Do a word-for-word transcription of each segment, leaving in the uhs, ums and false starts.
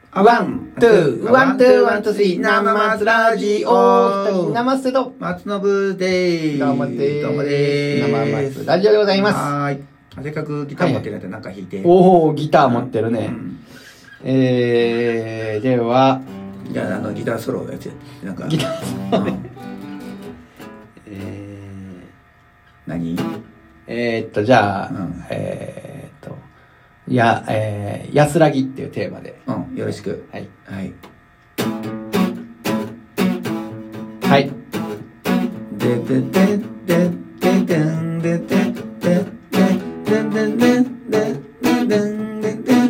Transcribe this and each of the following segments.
ワン、ツー、ワン、ツー、ワン、ツー、スリー、生松ラジオ。生松と松信でーす。 どうもでーす。 どうもでーす。 生松ラジオでございます。 はーい。せっかくギター持ってるやつなんか弾いて。はい、 おー、ギター持ってるね。 うん、 えー、では、 じゃあ、あの、ギターソロのやつや。なんか。 ギターソロ、うん、 えー、何えーっと、じゃあ、うん、えーっと、いや、えー、安らぎっていうテーマで。 うん、よろしく。 はい。 はい。 はい。 ででででででんででででででででででんでで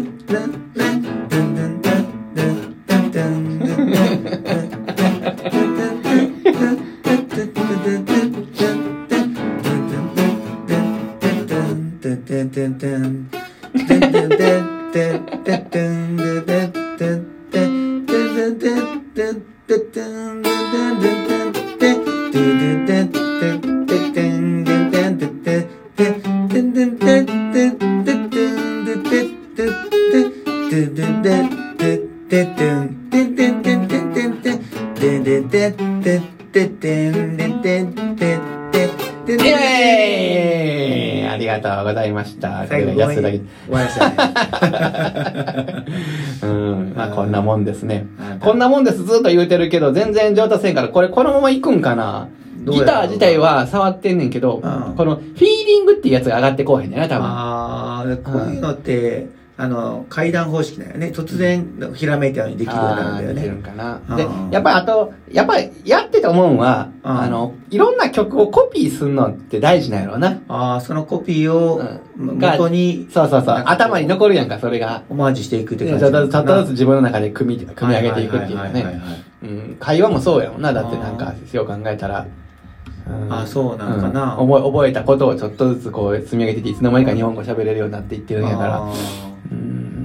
ありがとうございました。 最後安らぎ。 終わりましたね。 うん、まあこんなもんですね。こんなもんですずっと言うてるけど、全然上達せんから、これこのままいくんかな。ギター自体は触ってんねんけど、うん、このフィーリングっていうやつが上がってこうへんねんな、多分。 ああ、こういうのって、うんあの、階段方式だよね。突然、ひらめいたようにできるようになるんだよね。 できるんかな。で、やっぱりあと、やっぱりやってて思うんは、あの、いろんな曲をコピーするのって大事なんやろうな。 ああ、そのコピーを元に、 そうそうそう、頭に残るやんか、それが。 オマージュしていくって感じ。 ちょっとちょっとずつ自分の中で組み、組み上げていくっていうかね。会話もそうやもんな。だってなんか、よう考えたら。 ああ、そうなんかな、 うん、覚え、覚えたことをちょっとずつこう積み上げていって、いつの間にか日本語喋れるようになっていってるんやから。 うん、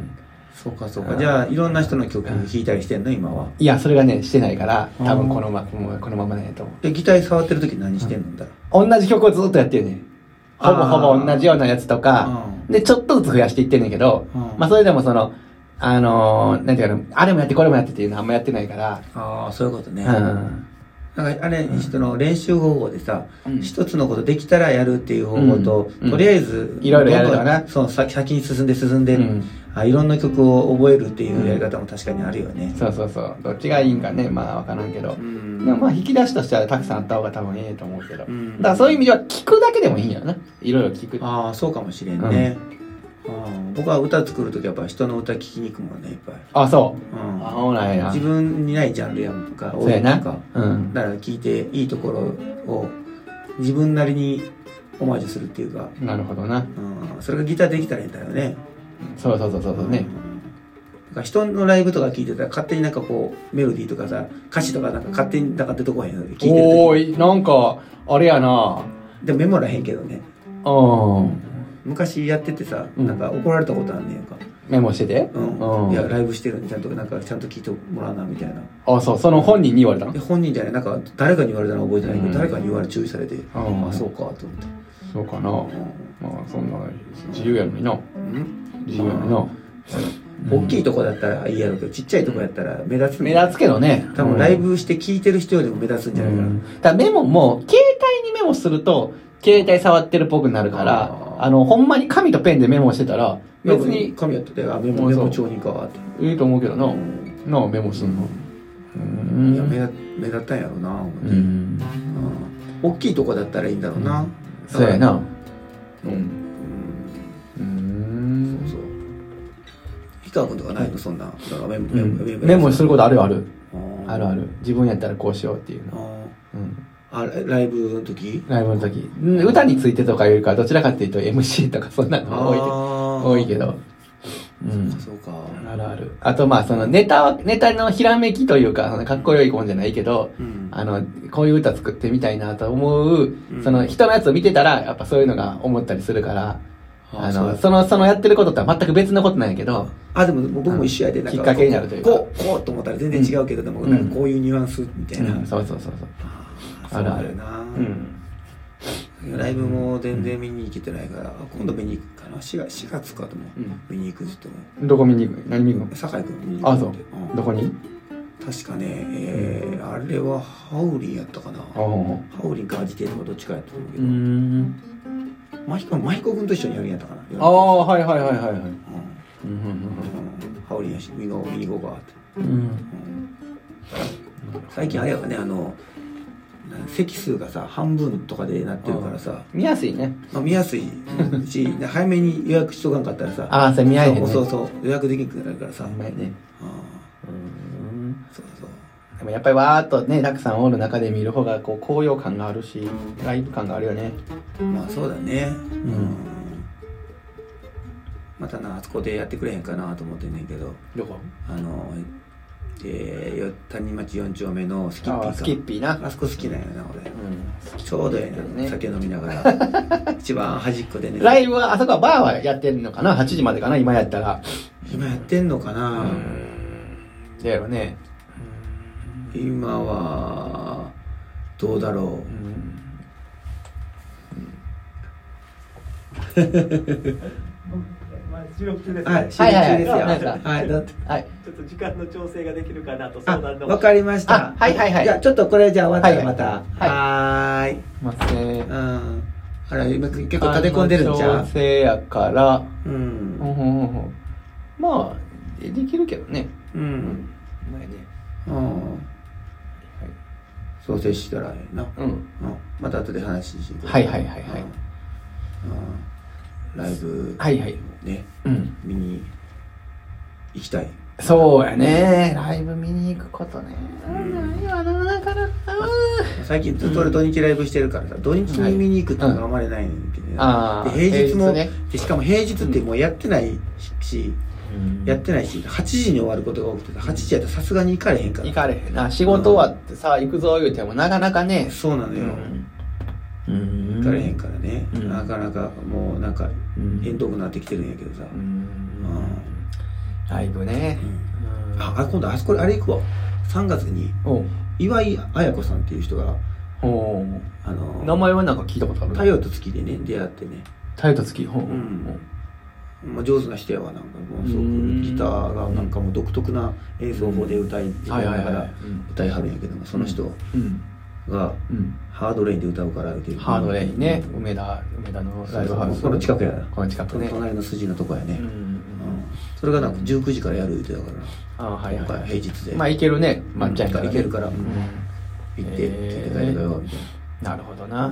そうかそうか。じゃあ、いろんな人の曲弾いたりしてんの今は。 いや、それがね、してないから、多分このまま、このままね、と思う。 で、ギター触ってる時何してんのだ、 うん、同じ曲をずっとやってるね。ほぼほぼ同じようなやつとか、で、ちょっとずつ増やしていってんねんけど、まあ、それでもその、あのー、なんていうかな、あれもやってこれもやってっていうのはあんまやってないから。 ああ、そういうことね。 うんなんかあれ、人の練習方法でさ、一、うん、つのことできたらやるっていう方法と、うん、とりあえず、 いろいろやるからな。そう、先に進んで進んで、うん、あ、いろんな曲を覚えるっていうやり方も確かにあるよね。 うん、そうそうそう。どっちがいいんかね、まあわからんけど。うん、でもまあ引き出しとしてはたくさんあった方が多分いいと思うけど。うん、だからそういう意味では聞くだけでもいいんやな。いろいろ聞く。 ああ、そうかもしれんね。うん僕は歌作るときはやっぱ人の歌聴きに行くもんね、いっぱい。 あ、そう。うん。あ、そうなんや。 自分にないジャンルやんとか、 多いとか。 うん。だから聴いていいところを自分なりにオマージュするっていうか。 なるほどな。うん。 それがギターできたらいいんだよね。 そうそうそうそうそうね。うん、だから人のライブとか聴いてたら勝手になんかこう、メロディーとかさ、歌詞とかなんか勝手になんか出てこへんので聴いてるとき。 おーい、なんか、あれやな。 でもメモらへんけどね。 うん。 昔やっててさ、なんか怒られたことあんねんか。 メモしてて、 うん、うん、いやライブしてるんでちゃんとなんかちゃんと聞いてもらうなみたいな。 あ、そう、その本人に言われたの？ 本人じゃない、なんか誰かに言われたのは覚えてないけど、うん、誰かに言われ注意されて、ああそうかと思って。 そうかな。うん、まあそんな自由やのにな。うん？自由やのにな。 うん、大きいとこだったらいいやろうけど、ちっちゃいとこやったら目立つ。 目立つけどね。 多分ライブして聞いてる人よりも目立つんじゃないかな。うん、 だからメモも携帯にメモすると携帯触ってるっぽくなるから。あの、ほんまに紙とペンでメモしてたら、 別に紙やってて、あ、メモ、メモ帳にかって。 いいと思うけどな。なあ、メモすんの。 うん。いや、目立、目立ったんやろうな、思って。うん。大きいとこだったらいいんだろうな。 そうやな。 うん。うん。そうそう。氷川君とかないの、そんな。だからメモ、メモ、 メモ。メモすることあるある。あるある。自分やったらこうしようっていうの。うん。 あ、ライブの時ライブの時。歌についてとかよりかどちらかっていうと エムシー とかそんなのが多い多いけど。 うん。そうか。 あるある。あとまあそのネタは、ネタのひらめきというか、かっこよいもんじゃないけど、うん、あの、こういう歌作ってみたいなと思う、うん、その人のやつを見てたら、やっぱそういうのが思ったりするから、あの、その、そのやってることとは全く別のことなんやけど。 あ、でも僕も一緒やで、 なんか。きっかけになるというか。 こう、こうと思ったら全然違うけど、でも、なんかこういうニュアンスみたいな。 そうそうそうそう。 あるあるな。 うん。 ライブも全然見に行けてないから、今度見に行くかな。しがつかとも見に行くって言っても、 どこ見に行く？何見に行くの？ 酒井君見に行く。 あ、そう、 うん、 どこに？ 確かね、えー、あれはハウリンやったかな。ハウリンかアジテートかどっちかやったと思うけど、うーん、マヒコマヒコ君と一緒にやるんやったかな。 ああ、はいはいはいはいはい、うんうんうん、 ハウリンやし見に行こうかって、うんうん、最近あれやわね、あの席数がさ半分とかでなってるからさ、 見やすいね、 まあ、見やすいし早めに予約しとかんかったらさ、 ああそれ見合えへんね、 そうそうそう予約できなくなるからさ、うまいね、ああ、うん、 そうそう、 でもやっぱりわーっとねたくさんおる中で見る方がこう高揚感があるしライブ感があるよね。 まあそうだね、うん、うん、またなあそこでやってくれへんかなと思ってんねんけど、 どこ？ あのえー、谷町よん丁目のスキッピーか、 スキッピーな、 あそこ好きなんやな俺、うん、ちょうどええな、ね、酒飲みながら一番端っこでね。 ライブはあそこはバーはやってんのかな、はちじまでかな今やったら。 今やってんのかな、うん、 だよね、 うん、今はどうだろう、うんうん収録中です、ね。 はい、収録中ですよ。はい、 はい、だって、はい、ちょっと時間の調整ができるかなと相談の。 わかりました。 はいはいはい。 じゃあちょっとこれじゃあ終わったらまた。はい。 はい。ますね。 うん。あら今結構立て込んでるんちゃう？ 調整やから。 うん。 ほんほんほんほん。まあできるけどね。 うん。 前ね。 うん。はい。調整したらええな。うん。うん。また後で話して。 はいはいはいはい。うん。 ライブ、 はいはい、 ね、 うん、 見に行きたい。 そうやね、ライブ見に行くことね、ないわな、なかなか。 最近ずっと俺土日ライブしてるからさ、土日に見に行くっていうのがあんまりないんだけどね、はい、で平日も平日、ね、でしかも平日ってもうやってないし、うん、やってないしはちじに終わることが多くて、はちじやったらさすがに行かれへんから、 行かれへんな、仕事終わってさ、行くぞ言うてもなかなかね。 そうなのよ、うん、行かれへんからね、うん、なかなかもうなんか遠遠くなってきてるんやけどさ、うん、うん、 ライブね、 うん、ああ今度あそこあれ行くわ、さんがつに岩井綾子さんっていう人が、 おあの名前はなんか聞いたことある。 太陽と月でね出会ってね、 太陽と月、ほう、 うんまあ、上手な人やわ、なんかもうすごくギターがなんかもう独特な演奏法で歌いながら歌いはるんやけども、その人、うんが、うん、ハードレインで歌うから言うてる。 ハードレインね、梅田梅田のライブハウス、 この近くやな、 この近くね、 隣の筋のとこやね、うんうん、それがなんかじゅうくじからやる言うてたから、あ、はいはい、今回平日でまあ行けるね、まっちゃんから、 ね、行けるから、うん、行って聞いて帰ればよみたいな。なるほどな、うん、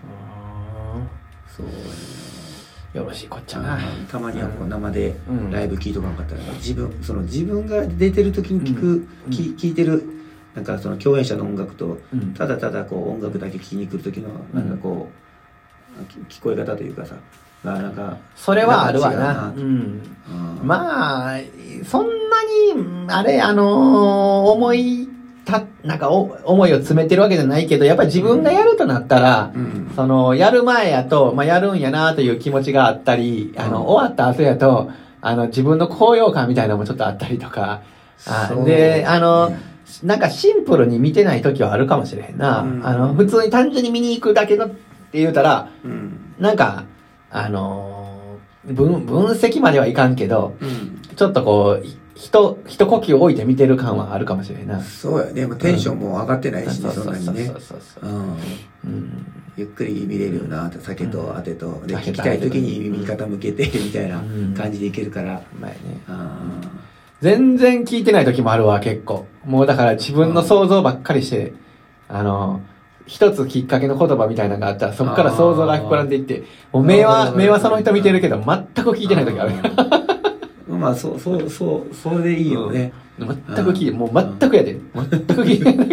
そうよろしいこっちゃな。 たまにはこう生でライブ聞いとかんかったら、自分その自分が出てる時に聞く、うん、聞, 聞いてるなんかその共演者の音楽と、うん、ただただこう音楽だけ聴きに来る時のなんかこう、うん、聞こえ方というかさ、なんかそれはあるわな、うん、まあそんなにあれあのー、思いたなんかお思いを詰めてるわけじゃないけど、やっぱり自分がやるとなったら、うん、そのやる前やと、まあ、やるんやなという気持ちがあったり、あの、うん、終わった後やとあの自分の高揚感みたいなのもちょっとあったりとか、あであの、ね、なんかシンプルに見てない時はあるかもしれへんな、うん、あの普通に単純に見に行くだけのって言うたら、うん、なんかあのー、分分析まではいかんけど、うん、ちょっとこう一一呼吸置いて見てる感はあるかもしれんな。 そうやね、もうテンションも上がってないしね、そんなにね、ゆっくり見れるよな、酒とあてと、うん、で聞きたい時に耳方向けてみたいな感じでいけるから、うまいね。 全然聞いてない時もあるわ、結構。もうだから自分の想像ばっかりして、あの、一つきっかけの言葉みたいなのがあったら、そこから想像が膨らんでいって、もう目は、目はその人見てるけど、全く聞いてない時ある。 まあ、そう、そう、そう、それでいいよね。 全く聞いて、もう全くやで。全く聞いてない。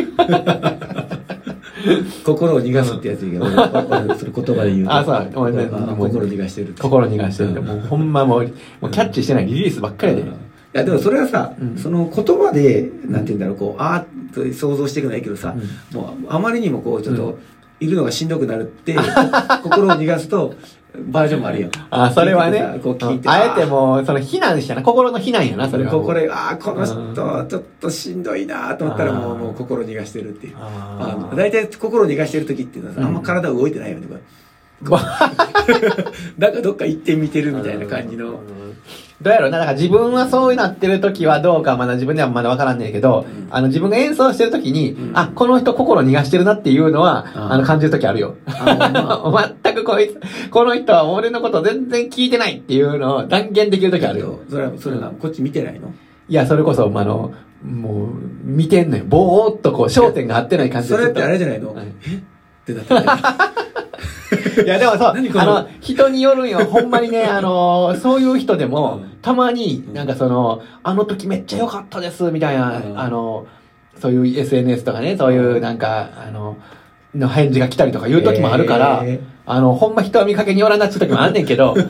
心を逃がすってやつやけど、それ言葉で言うと。 あ、そう、 心逃がしてる。 心逃がしてる。もうほんまもう、もうキャッチしてないリリースばっかりで。 いやでもそれはさ、うん、その言葉でなんて言うんだろう、こうあーっと想像していくのはいいけどさ、うん、もうあまりにもこうちょっといるのがしんどくなるって、うん、心を逃がすとバージョンもあるよ。 あ、それはね、こう聞いてあえてもうその避難したな、心の避難やな、それは。 これあこの人ちょっとしんどいなと思ったらもうもう心逃がしてるっていう。あだいたい心逃がしてる時っていうのはさ、あんま体動いてないよね。 なんかどっか行ってみてるみたいな感じの。 どうやろうな、だから自分はそうなってる時はどうかまだ自分ではまだわからんねんけど、うん、あの自分が演奏してる時に、うん、あ、この人心逃がしてるなっていうのは、うん、あの感じる時あるよ。全くこいつ、この人は俺のこと全然聞いてないっていうのを断言できる時あるよ。 それは、それは、こっち見てないの？ いや、それこそ、あの、もう、見てんのよ。ぼーっとこう、焦点が合ってない感じで。 それってあれじゃないの？はい、えってなってる。 いや、でもそう、あの、人によるんよ。ほんまにね、あの、そういう人でも、たまになんかその、あの時めっちゃ良かったです、みたいな、あの、そういう エスエヌエス とかね、そういうなんか、あの、の返事が来たりとかいう時もあるから、あの、ほんま人は見かけによらなっちゅう時もあんねんけど。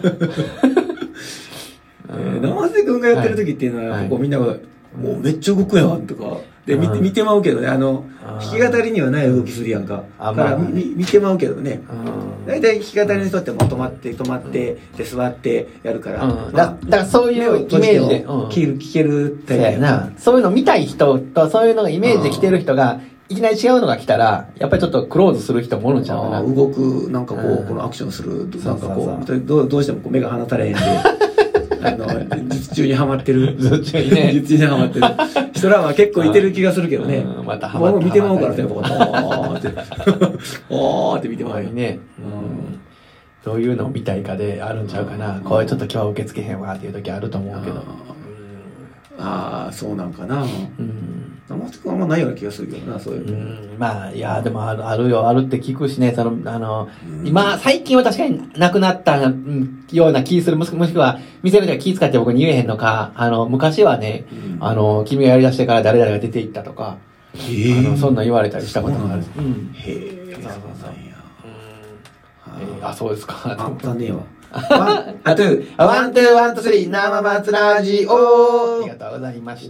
生瀬くんがやってる時っていうのは、はい、こうみんなが、もうめっちゃ動くやんとか、で、見て、見てまうけどね、あの、弾き語りにはない動きするやんか。だから見、見てまうけどね。大体弾き語りの人ってもう止まって、止まって、で、座ってやるから。 だだからそういうイメージで。 聞ける、聞けるタイプやな。そういうの見たい人と、そういうのがイメージで来てる人が、いきなり違うのが来たら、やっぱりちょっとクローズする人もおるんちゃうかな。 動く、なんかこう、このアクションする、なんかこう、どうしてもこう目が離されへんで。あの、術中にはまってる。 術中にね。 術中にはまってる。人らは結構いてる気がするけどね。 またハマってる。 見てまうからね、こう、おーって。おーって見てまうよね。どういうのを見たいかであるんちゃうかな。これちょっと今日は受け付けへんわっていう時あると思うけど。 ああ、そうなんかな。生瀬くんあんまないような気がするけどな、そういう。 うん、まあ、いや、でもある、あるよ、あるって聞くしね、その、あの、今、最近は確かになくなったような気する、もしくは、店の人が気使って僕に言えへんのか、あの、昔はね、あの、君がやり出してから誰々が出ていったとか、あの、そんなん言われたりしたことがある。うん。へえ、そうそうそう。あ、そうですか。 あったねえわ。 ワン、あ、トゥー、ワン、トゥー、ワン、トゥー、スリー、生松ラジオ。ありがとうございました。